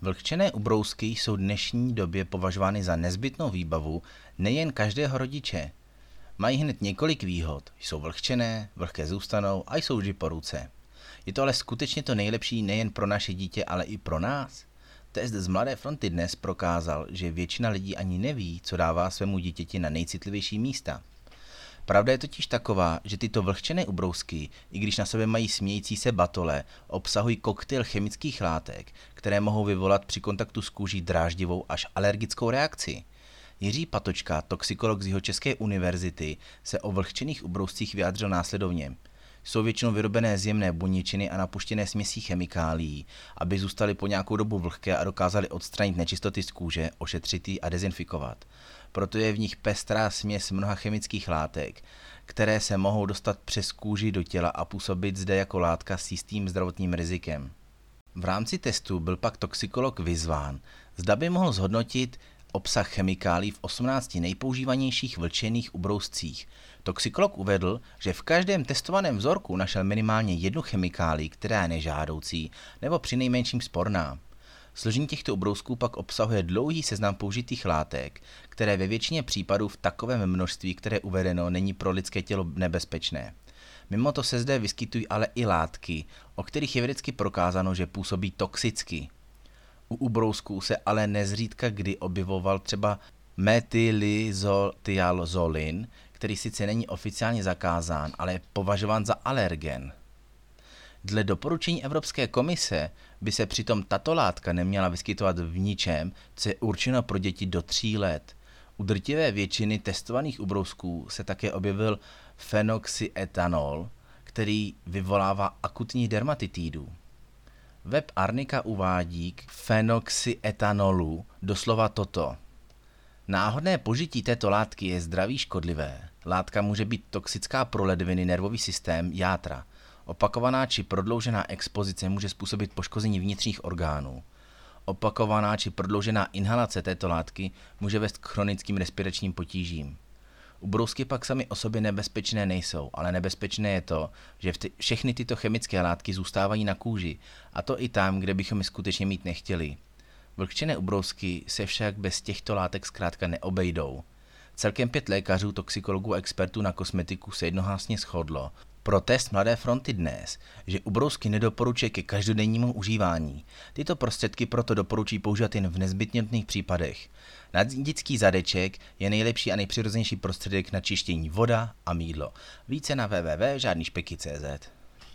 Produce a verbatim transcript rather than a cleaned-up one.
Vlhčené ubrousky jsou v dnešní době považovány za nezbytnou výbavu nejen každého rodiče. Mají hned několik výhod. Jsou vlhčené, vlhké zůstanou a jsou vždy po ruce. Je to ale skutečně to nejlepší nejen pro naše dítě, ale i pro nás? Test z Mladé fronty dnes prokázal, že většina lidí ani neví, co dává svému dítěti na nejcitlivější místa. Pravda je totiž taková, že tyto vlhčené ubrousky, i když na sobě mají smějící se batole, obsahují koktejl chemických látek, které mohou vyvolat při kontaktu s kůží dráždivou až alergickou reakci. Jiří Patočka, toxikolog z Jihočeské univerzity, se o vlhčených ubrouscích vyjádřil následovně. Jsou většinou vyrobené z jemné buničiny a napuštěné směsí chemikálií, aby zůstaly po nějakou dobu vlhké a dokázaly odstranit nečistoty z kůže, ošetřit ji a dezinfikovat. Proto je v nich pestrá směs mnoha chemických látek, které se mohou dostat přes kůži do těla a působit zde jako látka s jistým zdravotním rizikem. V rámci testu byl pak toxikolog vyzván, zda by mohl zhodnotit obsah chemikálií v osmnácti nejpoužívanějších vlhčených ubrouscích. Toxikolog uvedl, že v každém testovaném vzorku našel minimálně jednu chemikálii, která je nežádoucí nebo přinejmenším sporná. Složení těchto ubrousků pak obsahuje dlouhý seznam použitých látek, které ve většině případů v takovém množství, které je uvedeno, není pro lidské tělo nebezpečné. Mimo to se zde vyskytují ale i látky, o kterých je vědecky prokázáno, že působí toxicky. U ubrousků se ale nezřídka kdy objevoval třeba metylizotiazolin, který sice není oficiálně zakázán, ale je považován za alergen. Dle doporučení Evropské komise by se přitom tato látka neměla vyskytovat v ničem, co je určeno pro děti do tří let. U drtivé většiny testovaných ubrousků se také objevil fenoxyetanol, který vyvolává akutní dermatitidu. Web Arnika uvádí k fenoxyetanolu doslova toto. Náhodné požití této látky je zdraví škodlivé. Látka může být toxická pro ledviny, nervový systém, játra. Opakovaná či prodloužená expozice může způsobit poškození vnitřních orgánů. Opakovaná či prodloužená inhalace této látky může vést k chronickým respiračním potížím. Ubrousky pak sami o sobě nebezpečné nejsou, ale nebezpečné je to, že všechny tyto chemické látky zůstávají na kůži, a to i tam, kde bychom je skutečně mít nechtěli. Vlhčené ubrousky se však bez těchto látek zkrátka neobejdou. Celkem pět lékařů, toxikologů a expertů na kosmetiku se jednohlasně shodlo pro test Mladé fronty dnes, že ubrousky nedoporučuje ke každodennímu užívání. Tyto prostředky proto doporučí používat jen v nezbytných případech. Na dětský zadeček je nejlepší a nejpřirozenější prostředek na čištění voda a mýdlo. Více na w w w tečka žádný špeky tečka cé zet.